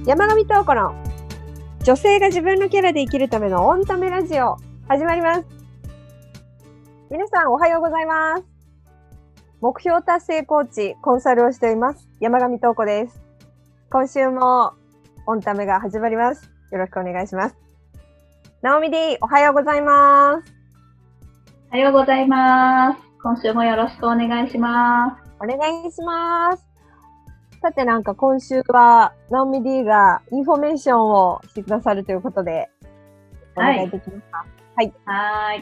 山上東子の女性が自分のキャラで生きるためのオンタメラジオ始まります。皆さんおはようございます。目標達成コーチ、コンサルをしています山上東子です。今週もオンタメが始まります。よろしくお願いします。ナオミ D、おはようございます。 おはようございます。今週もよろしくお願いします。 お願いします。さて今週はナオミ D がインフォメーションをしてくださるということでお願いできますか？ はい。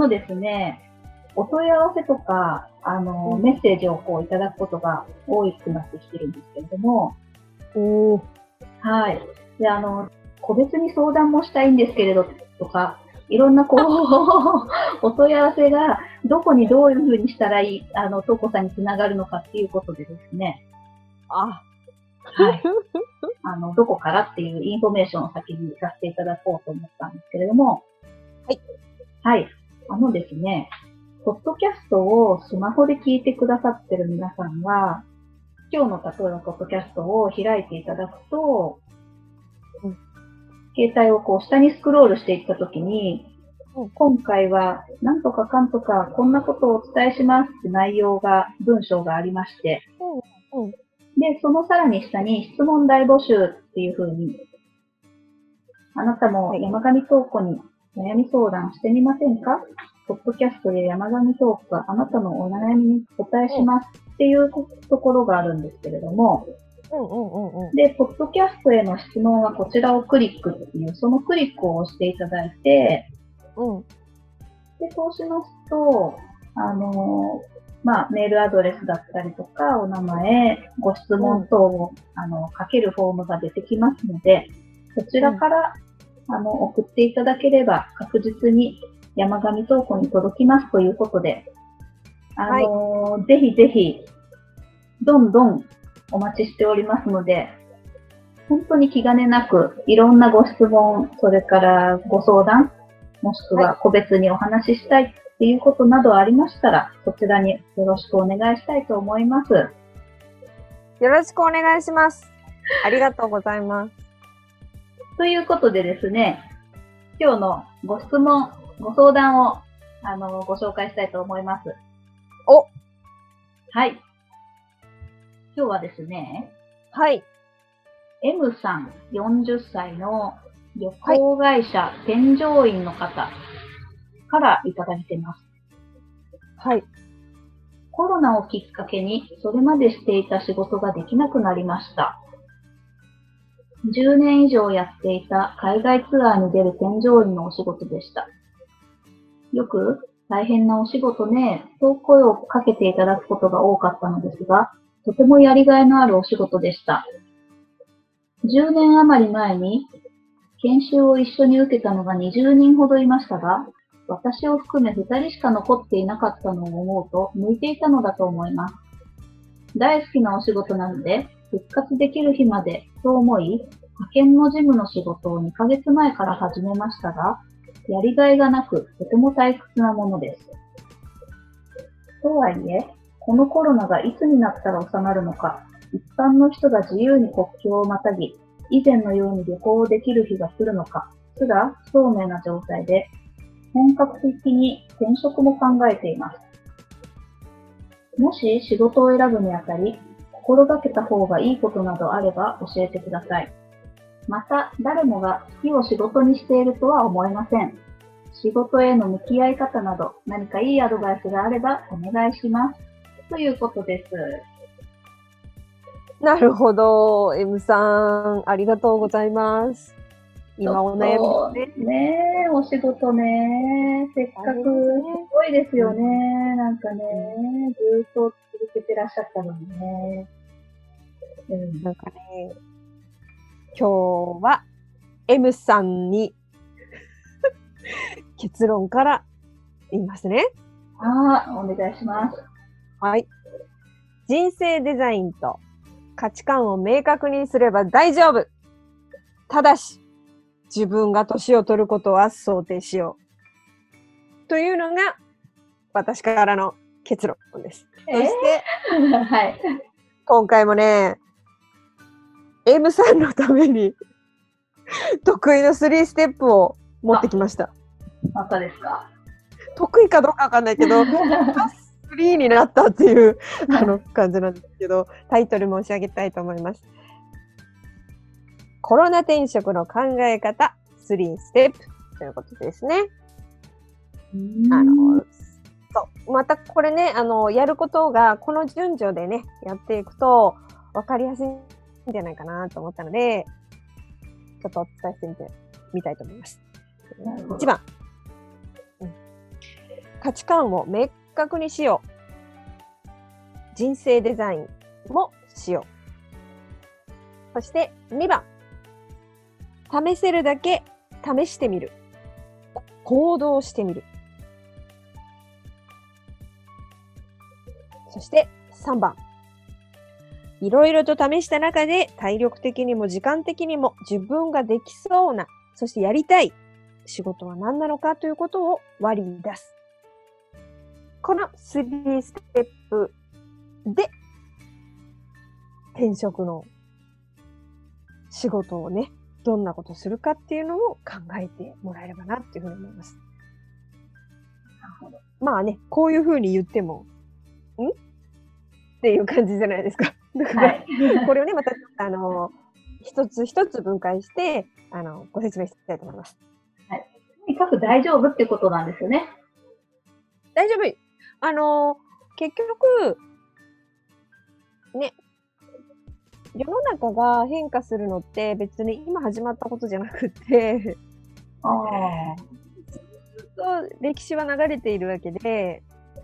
ですね、お問い合わせとかメッセージをいただくことが多くなってきてるんですけれども、はい。で、個別に相談もしたいんですけれどとか、いろんなお問い合わせがどこにどういうふうにしたらいい、東子さんにつながるのかっていうことでですね。はい。どこからっていうインフォメーションを先にさせていただこうと思ったんですけれども。はい。ですね、ポッドキャストをスマホで聞いてくださってる皆さんは、今日の例えばポッドキャストを開いていただくと、携帯を下にスクロールしていったときに、今回はなんとかかんとかこんなことをお伝えしますって内容が、文章がありまして、で、そのさらに下に質問大募集っていう風に、あなたも山上東子に悩み相談してみませんか？ポッドキャストで山上東子があなたのお悩みに答えしますっていうところがあるんですけれども、で、ポッドキャストへの質問はこちらをクリックっていう、そのクリックを押していただいて、で、そうしますと、メールアドレスだったりとか、お名前、ご質問等を、書けるフォームが出てきますので、そちらから、送っていただければ、確実に山上東子に届きますということで、ぜひぜひ、どんどんお待ちしておりますので、本当に気兼ねなく、いろんなご質問、それからご相談、もしくは個別にお話ししたいっていうことなどありましたら、そちらによろしくお願いしたいと思います。よろしくお願いします。ありがとうございます。 ということでですね、今日のご質問、ご相談をご紹介したいと思います。はい。今日はですね、M さん40歳の旅行会社添乗員の方からいただいています。コロナをきっかけにそれまでしていた仕事ができなくなりました。10年以上やっていた海外ツアーに出る添乗員のお仕事でした。よく大変なお仕事ねと声をかけていただくことが多かったのですが、とてもやりがいのあるお仕事でした。10年余り前に研修を一緒に受けたのが20人ほどいましたが、私を含め2人しか残っていなかったのを思うと向いていたのだと思います。大好きなお仕事なので復活できる日までと思い、派遣の事務の仕事を2ヶ月前から始めましたが、やりがいがなくとても退屈なものです。とはいえ、このコロナがいつになったら収まるのか、一般の人が自由に国境をまたぎ、以前のように旅行をできる日が来るのかすら不透明な状態で、本格的に転職も考えています。もし仕事を選ぶにあたり、心がけた方がいいことなどあれば教えてください。また、誰もが好きを仕事にしているとは思えません。仕事への向き合い方など、何かいいアドバイスがあればお願いします。ということです。 なるほど。M さん、ありがとうございます。今お悩みですね。お仕事ね。せっかく、すごいですよね。ずっと続けてらっしゃったのにね。 今日は M さんに結論から言いますね。 お願いします。 人生デザインと価値観を明確にすれば大丈夫。ただし、自分が年を取ることは想定しよう。というのが私からの結論です。そして、今回もね、 M さんのために得意の3ステップを持ってきました。 またですか？ 得意かどうかわかんないけど、3になったっていう感じなんですけど、タイトル申し上げたいと思います。コロナ転職の考え方3ステップということですね。そうまたこれね、やることがこの順序でね、やっていくと分かりやすいんじゃないかなと思ったので、ちょっとお伝えしてみたいと思います。1番、価値観を明確にしよう。人生デザインもしよう。そして2番、試せるだけ試してみる。行動してみる。そして3番、いろいろと試した中で体力的にも時間的にも自分ができそうな、そしてやりたい仕事は何なのかということを割り出す。この3ステップで転職の仕事をね、どんなことするかっていうのを考えてもらえればなっていうふうに思います。まあね、こういうふうに言っても、っていう感じじゃないですか。だから、これをね、また、一つ一つ分解して、ご説明したいと思います。 はい。とにかく大丈夫ってことなんですよね。 大丈夫。結局、ね、世の中が変化するのって別に今始まったことじゃなくて、ずっと歴史は流れているわけで、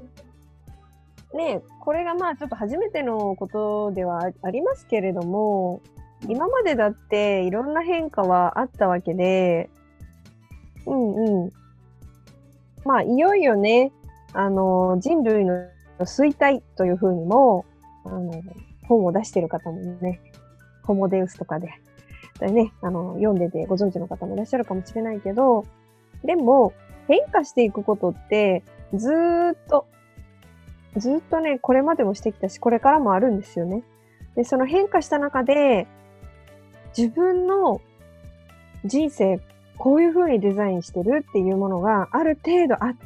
ね、これがまあちょっと初めてのことではありますけれども、今までだっていろんな変化はあったわけで、まあいよいよね、人類の衰退というふうにも、本を出している方もね、ホモデウスとかで、ね、読んでてご存知の方もいらっしゃるかもしれないけど、でも変化していくことってずーっとね、これまでもしてきたし、これからもあるんですよね。で、その変化した中で、自分の人生、こういう風にデザインしてるっていうものがある程度あって、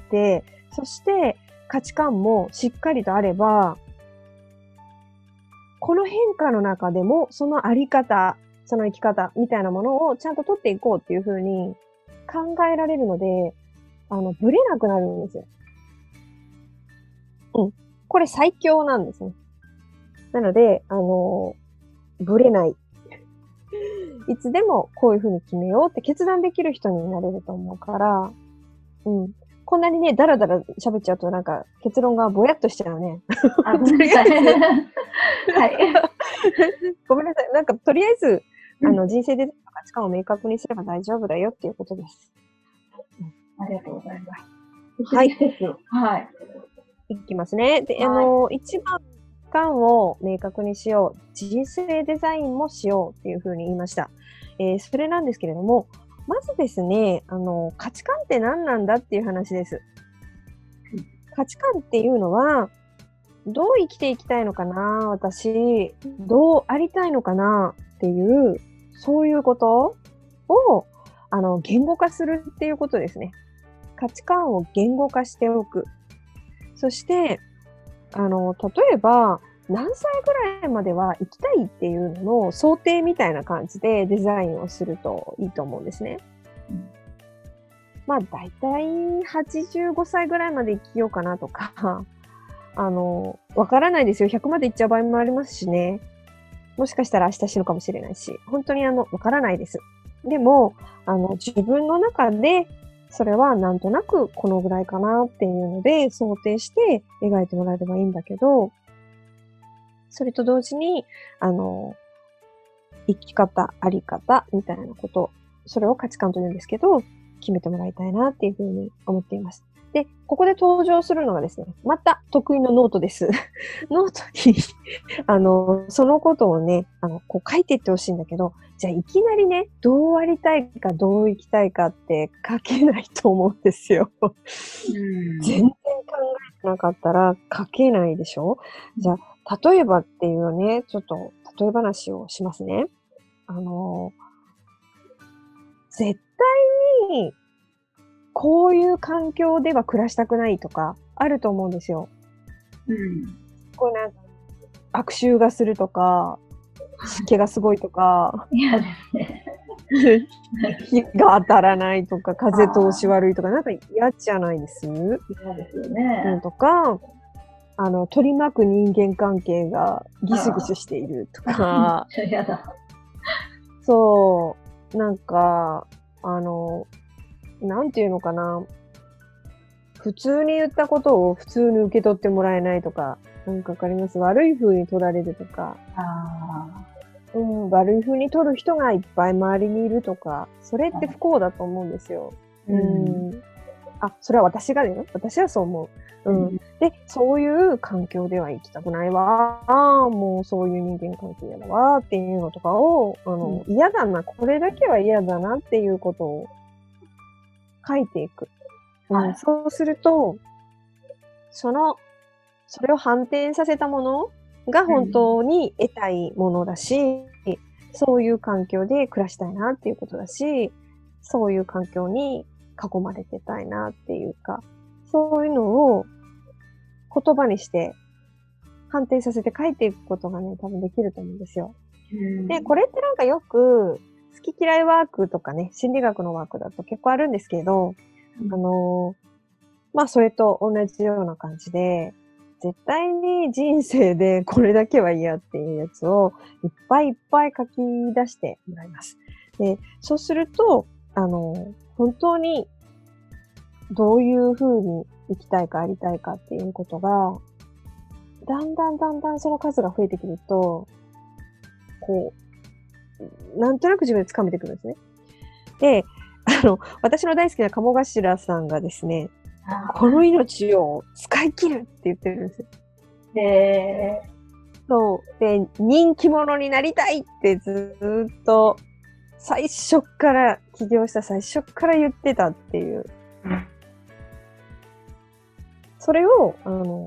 そして価値観もしっかりとあれば、この変化の中でも、そのあり方、その生き方みたいなものをちゃんと取っていこうっていう風に考えられるので、ぶれなくなるんですよ。これ最強なんですね。なので、ぶれない。いつでもこういうふうに決めようって決断できる人になれると思うから、こんなにね、だらだら喋っちゃうとなんか結論がぼやっとしちゃうね。 ごめんなさい。はい。 ごめんなさい。なんかとりあえず、人生で価値観を明確にすれば大丈夫だよっていうことです。 ありがとうございます。はい。はい。 いきますね。で、一番感を明確にしよう。人生デザインもしようっていうふうに言いました。それなんですけれども、まずですね、価値観って何なんだっていう話です。価値観っていうのは、どう生きていきたいのかな、私、どうありたいのかなっていう、そういうことを、言語化するっていうことですね。価値観を言語化しておく。そして、例えば、何歳ぐらいまでは生きたいっていうのの想定みたいな感じでデザインをするといいと思うんですね。まあ、だいたい85歳ぐらいまで生きようかなとか、わからないですよ。100まで行っちゃう場合もありますしね。もしかしたら明日死ぬかもしれないし、本当にわからないです。でも、自分の中で、それはなんとなくこのぐらいかなっていうので想定して描いてもらえればいいんだけど、それと同時に、生き方、あり方みたいなこと、それを価値観と言うんですけど、決めてもらいたいなっていうふうに思っています。で、ここで登場するのがですね、また得意のノートです。ノートにそのことをね、こう書いていってほしいんだけど、じゃあいきなりね、どうありたいか、どう生きたいかって書けないと思うんですよ。全然考えてなかったら書けないでしょ？じゃあ、例えばっていうね、ちょっと例え話をしますね。 絶対に、こういう環境では暮らしたくないとか、あると思うんですよ。こうなんか、悪臭がするとか、湿気がすごいとか、 嫌ですね。 日が当たらないとか、風通し悪いとか、なんか嫌じゃないです？ 嫌ですよね。 とか、取り巻く人間関係がギスギスしているとか、 めっちゃ嫌だ。 そう、なんか、なんていうのかな、普通に言ったことを普通に受け取ってもらえないとか、なんかわかります？悪い風に取られるとか、悪い風に取る人がいっぱい周りにいるとか、それって不幸だと思うんですよ。それは私がね、私はそう思う。で、そういう環境では生きたくないわ。もうそういう人間関係やだわっていうのとかを、嫌だな、これだけは嫌だなっていうことを書いていく。そうすると、それを反転させたものが本当に得たいものだし、そういう環境で暮らしたいなっていうことだし、そういう環境に囲まれてたいなっていうか、そういうのを言葉にして反転させて書いていくことがね、多分できると思うんですよ。で、これってなんかよく好き嫌いワークとかね、心理学のワークだと結構あるんですけど、それと同じような感じで、絶対に人生でこれだけは嫌っていうやつをいっぱいいっぱい書き出してもらいます。で、そうすると、本当にどういう風に生きたいかありたいかっていうことが、だんだんその数が増えてくると、なんとなく自分で掴めてくるんですね。で、私の大好きな鴨頭さんがですね、この命を使い切るって言ってるんですよ。そう。で、人気者になりたいってずっと、起業した最初から言ってたっていう。それを、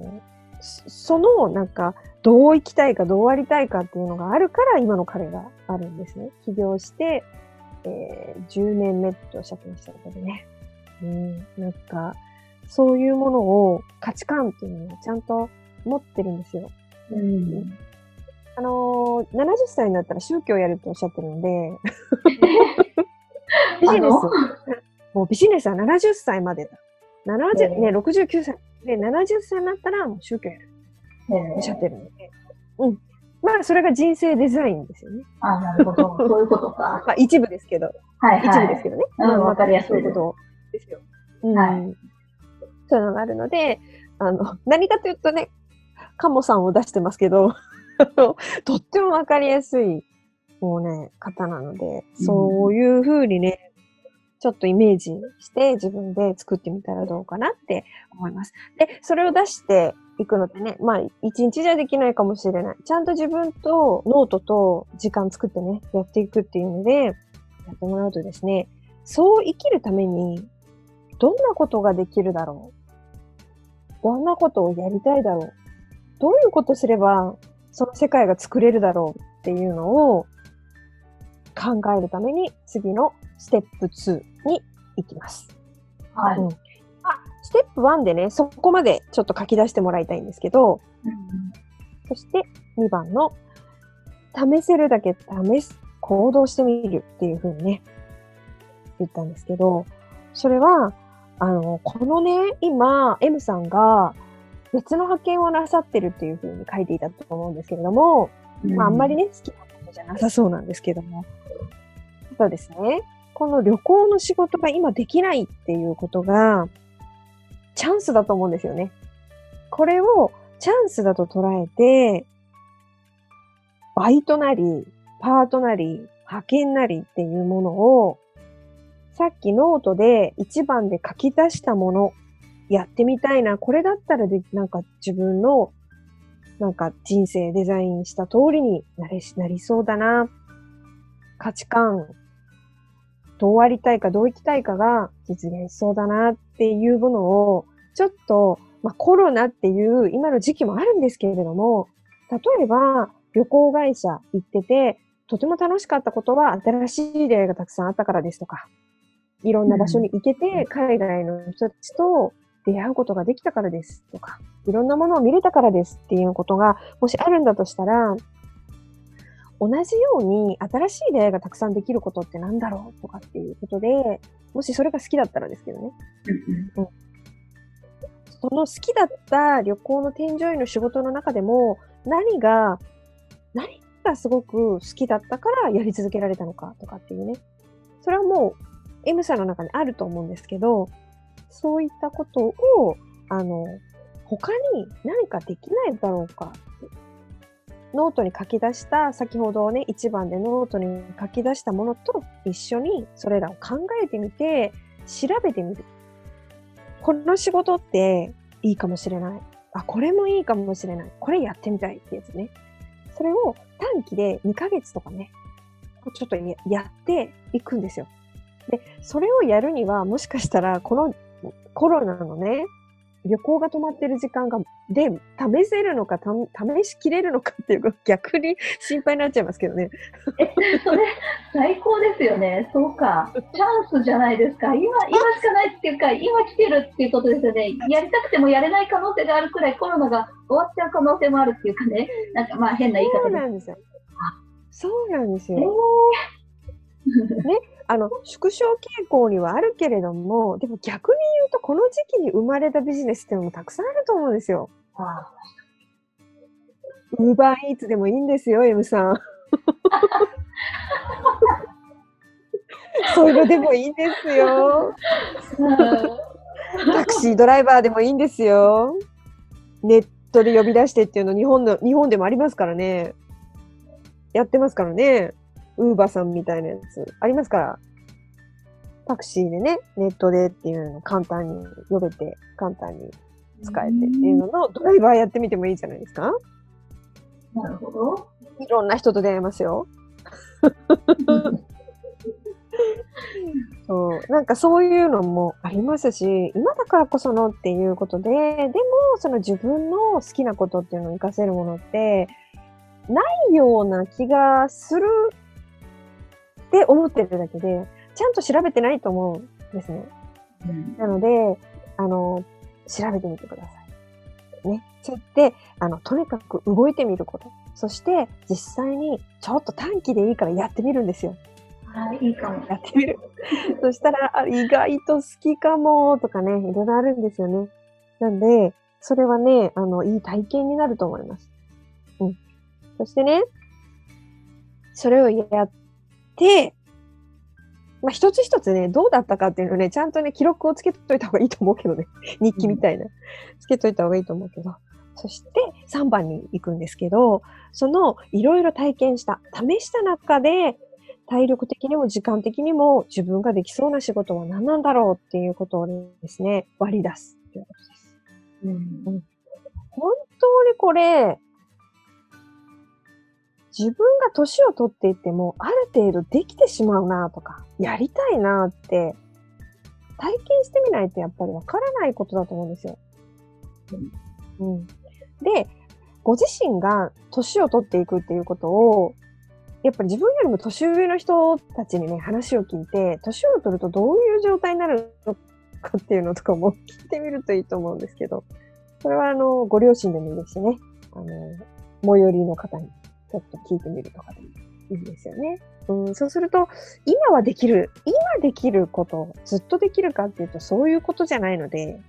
なんか、どう生きたいか、どうありたいかっていうのがあるから、今の彼があるんですね。起業して、10年目っておっしゃってましたけどね。なんか、そういうものを、価値観っていうのをちゃんと持ってるんですよ。70歳になったら宗教やるっておっしゃってるので、ビジネス、もうビジネスは70歳までだ。69歳で70歳になったらもう宗教やる。おっしゃってるので。それが人生デザインですよね。 なるほど。そういうことか。 一部ですけど。一部ですけどね。 わかりやすい。 そういうことですよ。そういうのがあるので、何かというとね、カモさんを出してますけど、とってもわかりやすい、もうね、方なので、そういう風にね、ちょっとイメージして自分で作ってみたらどうかなって思います。で、それを出していくのってね、一日じゃできないかもしれない。ちゃんと自分とノートと時間作ってね、やっていくっていうので、やってもらうとですね、そう生きるために、どんなことができるだろう？どんなことをやりたいだろう？どういうことすれば、その世界が作れるだろうっていうのを考えるために、次のステップ2に行きます。ステップ1でね、そこまでちょっと書き出してもらいたいんですけど、そして2番の試せるだけ試す、行動してみるっていう風にね、言ったんですけど、それは、このね、今、M さんが別の発見をなさってるっていう風に書いていたと思うんですけれども、あんまりね、好きなことじゃなさそうなんですけども、ただですね、この旅行の仕事が今できないっていうことが、チャンスだと思うんですよね。これをチャンスだと捉えて、バイトなり、パートなり、派遣なりっていうものを、さっきノートで1番で書き出したもの、やってみたいな、これだったらなんか自分の、なんか人生デザインした通りになりそうだな。価値観、どうありたいか、どう生きたいかが実現しそうだなっていうものを、ちょっと、コロナっていう今の時期もあるんですけれども、例えば旅行会社行ってて、 とても楽しかったことは新しい出会いがたくさんあったからですとか、いろんな場所に行けて海外の人たちと出会うことができたからですとか、いろんなものを見れたからですっていうことがもしあるんだとしたら、同じように新しい出会いがたくさんできることってなんだろうとかっていうことで、もしそれが好きだったらですけどね。その好きだった旅行の添乗員の仕事の中でも何がすごく好きだったからやり続けられたのかとかっていうね。それはもう M さんの中にあると思うんですけど、そういったことを、他に何かできないだろうか。ノートに書き出した、先ほどね、1番でノートに書き出したものと一緒にそれらを考えてみて、調べてみる。この仕事っていいかもしれない。あ、これもいいかもしれない。これやってみたいってやつね。それを短期で2ヶ月とかね、ちょっとやっていくんですよ。で、それをやるには、もしかしたら、このコロナのね、旅行が止まってる時間で、試せるのか、試しきれるのかっていうか、逆に心配になっちゃいますけどね。 それ、最高ですよね。そうか。チャンスじゃないですか。今しかないっていうか、今来てるっていうことですよね。やりたくてもやれない可能性があるくらい、コロナが終わっちゃう可能性もあるっていうかね。なんかまあ変な言い方そうなんですよ。そうなんですよ。ね、縮小傾向にはあるけれども、でも逆に言うと、この時期に生まれたビジネスっていうのもたくさんあると思うんですよ。ウーバーイーツでもいいんですよ、M さん。そういうのでもいいんですよ。タクシードライバーでもいいんですよ。ネットで呼び出してっていうの日本でもありますからね。やってますからね。ウーバーさんみたいなやつありますから。タクシーでね、ネットでっていうのを簡単に呼べて、簡単に使えてっていうののドライバーやってみてもいいじゃないですか。 なるほど。 いろんな人と出会えますよ。そう、なんかそういうのもありますし、今だからこそのっていうことで、でもその自分の好きなことっていうのを活かせるものってないような気がするって思ってるだけで、ちゃんと調べてないと思うんですね。なので、調べてみてください。ね。そうやって、とにかく動いてみること。そして、実際に、ちょっと短期でいいからやってみるんですよ。 はい、いいかも。 やってみる。そしたら、意外と好きかも、とかね、いろいろあるんですよね。なんで、それはね、いい体験になると思います。うん。そしてね、それをやって、まあ、一つ一つね、どうだったかっていうのをね、ちゃんとね、記録をつけといた方がいいと思うけどね。日記みたいな。つけといた方がいいと思うけど。そして、3番に行くんですけど、その、いろいろ体験した、試した中で、体力的にも時間的にも自分ができそうな仕事は何なんだろうっていうことをですね、割り出すということです。本当にこれ、自分が年を取っていっても、ある程度できてしまうなとか、やりたいなって、体験してみないとやっぱりわからないことだと思うんですよ。で、ご自身が年を取っていくっていうことを、やっぱり自分よりも年上の人たちにね、話を聞いて、年を取るとどういう状態になるのかっていうのとかも聞いてみるといいと思うんですけど、それはご両親でもいいですしね、最寄りの方にちょっと聞いてみるとかでもいいですよね。そうすると、今できること、ずっとできるかっていうと、そういうことじゃないので、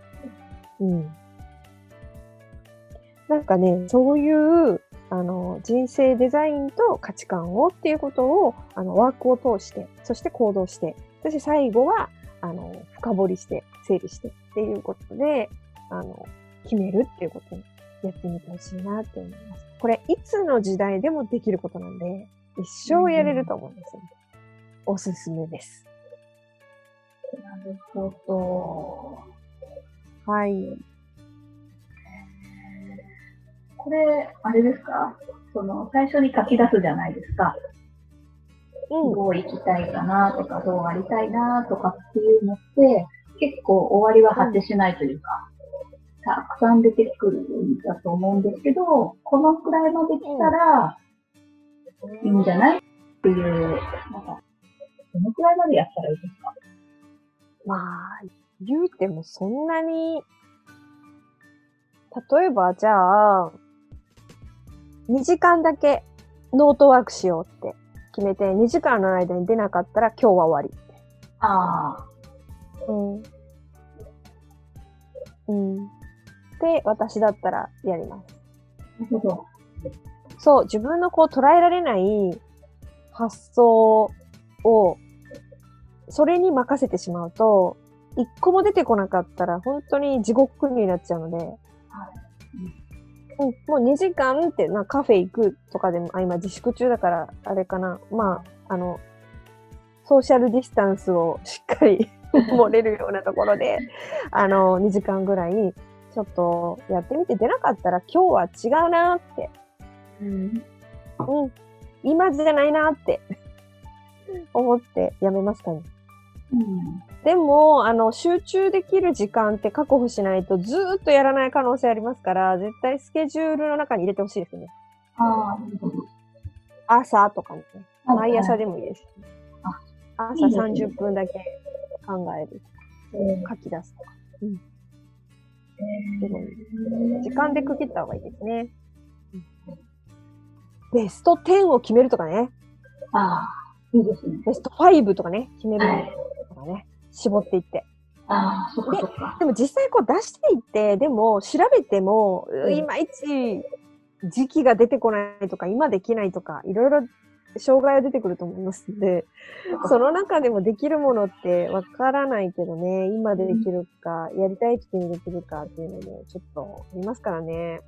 なんかね、そういう、人生デザインと価値観をっていうことを、ワークを通して、そして行動して、そして最後は、深掘りして、整理してっていうことで、決めるっていうことにやってみてほしいなって思います。これ、いつの時代でもできることなんで、一生やれると思うんですよね。おすすめです。 なるほど。 はい。 これ、あれですか？最初に書き出すじゃないですか。どう生きたいかなとか、どうありたいなとかっていうのって、結構終わりは果てしないというか、たくさん出てくるんだと思うんですけど、このくらいまで来たら、 いいんじゃないっていう、なんか、どのくらいまでやったらいいですか？ まあ、言うてもそんなに、例えばじゃあ、2時間だけノートワークしようって決めて、2時間の間に出なかったら今日は終わり。 ああ。 うん。うん。で、私だったらやります。 なるほど。 そう、自分のこう捉えられない発想を、それに任せてしまうと、一個も出てこなかったら本当に地獄になっちゃうので、もう2時間ってカフェ行くとかでも、今自粛中だからあれかな。まあ、ソーシャルディスタンスをしっかり守れるようなところで、2時間ぐらい、ちょっとやってみて出なかったら今日は違うなって。うん。今じゃないなって思ってやめますかね。でも、集中できる時間って確保しないとずーっとやらない可能性ありますから、絶対スケジュールの中に入れてほしいですね。朝とかね。毎朝でもいいです。朝30分だけ考える。書き出すとか。でも時間で区切った方がいいですね。ベスト10を決めるとかね。 いいですね。 ベスト5とかね、決めるとかね。絞っていって。でも実際こう出していって、でも調べても、いまいち時期が出てこないとか、今できないとか、いろいろ障害が出てくると思いますので、その中でもできるものってわからないけどね、今できるか、やりたい時にできるかっていうのもちょっとありますからね。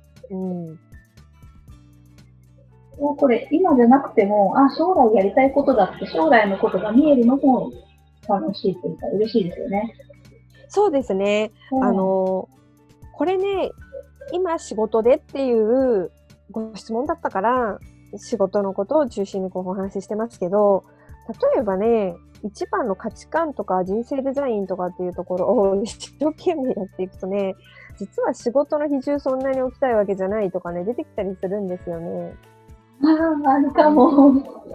もうこれ、今じゃなくても、将来やりたいことだって、将来のことが見えるのも楽しいというか、嬉しいですよね。 そうですね。これね、今仕事でっていうご質問だったから、仕事のことを中心にこうお話ししてますけど、例えばね、一番の価値観とか人生デザインとかっていうところを一生懸命やっていくとね、実は仕事の比重そんなに置きたいわけじゃないとかね、出てきたりするんですよね。 あるかも。 も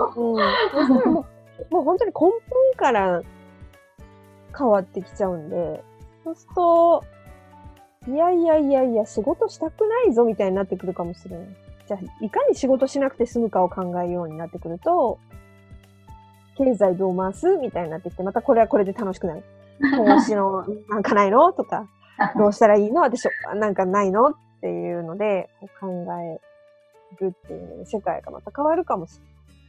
う本当に根本から変わってきちゃうんで、そうすると、いや、仕事したくないぞみたいになってくるかもしれない。じゃあ、いかに仕事しなくて済むかを考えようになってくると、経済どう回すみたいになってきて、またこれはこれで楽しくなる。投資のなんかないのとか、どうしたらいいの私なんかないのっていうので、考えるっていうので、世界がまた変わるかもし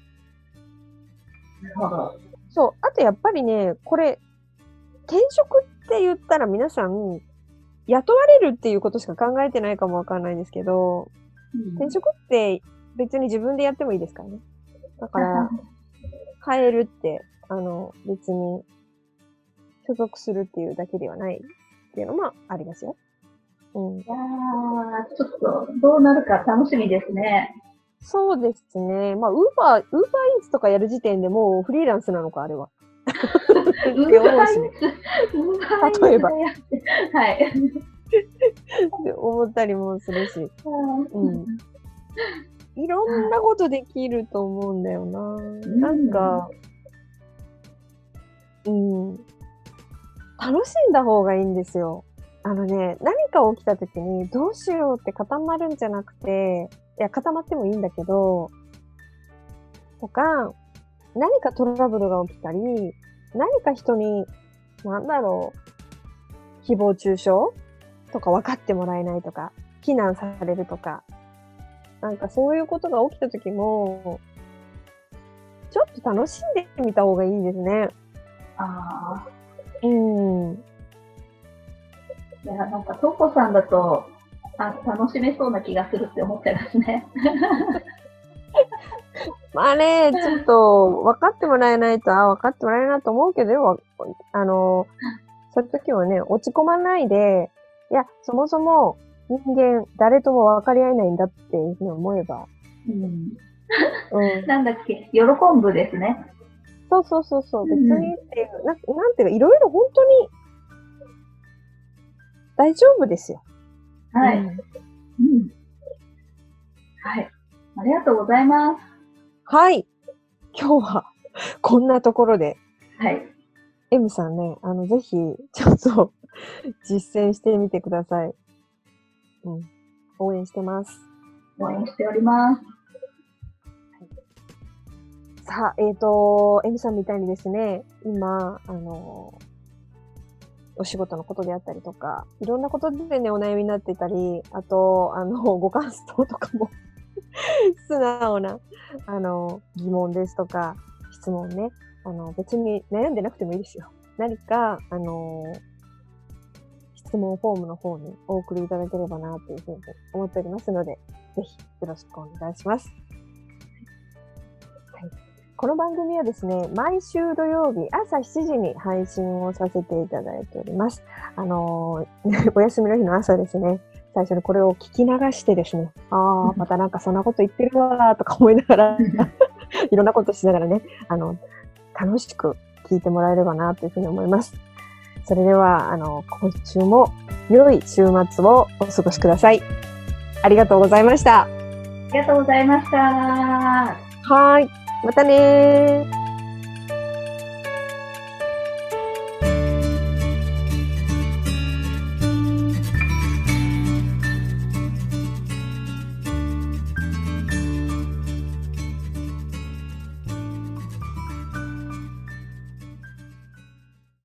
れない。なるほど。そう。あとやっぱりね、これ、転職って言ったら皆さん、雇われるっていうことしか考えてないかもわかんないんですけど、転職って別に自分でやってもいいですからね。だから、変えるって、別に所属するっていうだけではないっていうのもありますよ。いやー、 ちょっとどうなるか楽しみですね。 そうですね。まあ、ウーバーイーツとかやる時点でもうフリーランスなのか、あれは。って思うしね。例えば。はい。って思ったりもするし。いろんなことできると思うんだよな。なんか、楽しんだ方がいいんですよ。何か起きた時にどうしようって固まるんじゃなくて、いや、固まってもいいんだけど、とか、何かトラブルが起きたり、何か人に、誹謗中傷とか分かってもらえないとか、非難されるとか、なんかそういうことが起きた時も、ちょっと楽しんでみた方がいいですね。 いや、なんか、トコさんだと、楽しめそうな気がするって思っちゃいますね。 まあね、ちょっと、分かってもらえないと、分かってもらえないなと思うけど、そういう時はね、落ち込まないで、いや、そもそも人間、誰とも分かり合えないんだっていうふうに思えば。 なんだっけ、喜ぶですね。 そう。別にっていう、なんていうか、いろいろ本当に大丈夫ですよ。 はい。はい。ありがとうございます。 はい。今日はこんなところで。 はい。 M さんね、ぜひ、ちょっと実践してみてください。応援してます。 応援しております。 さあ、M さんみたいにですね、今、お仕事のことであったりとか、いろんなことでね、お悩みになってたり、あと、ご感想とかも素直な、疑問ですとか、質問ね、別に悩んでなくてもいいですよ。何か、質問フォームの方にお送りいただければな、というふうに思っておりますので、ぜひよろしくお願いします。はい、この番組はですね、毎週土曜日朝7時に配信をさせていただいております。お休みの日の朝ですね、最初にこれを聞き流してですね、またなんかそんなこと言ってるわとか思いながら、いろんなことしながらね、楽しく聞いてもらえればなというふうに思います。それでは、今週も良い週末をお過ごしください。ありがとうございました。 ありがとうございました。 はい。またねー。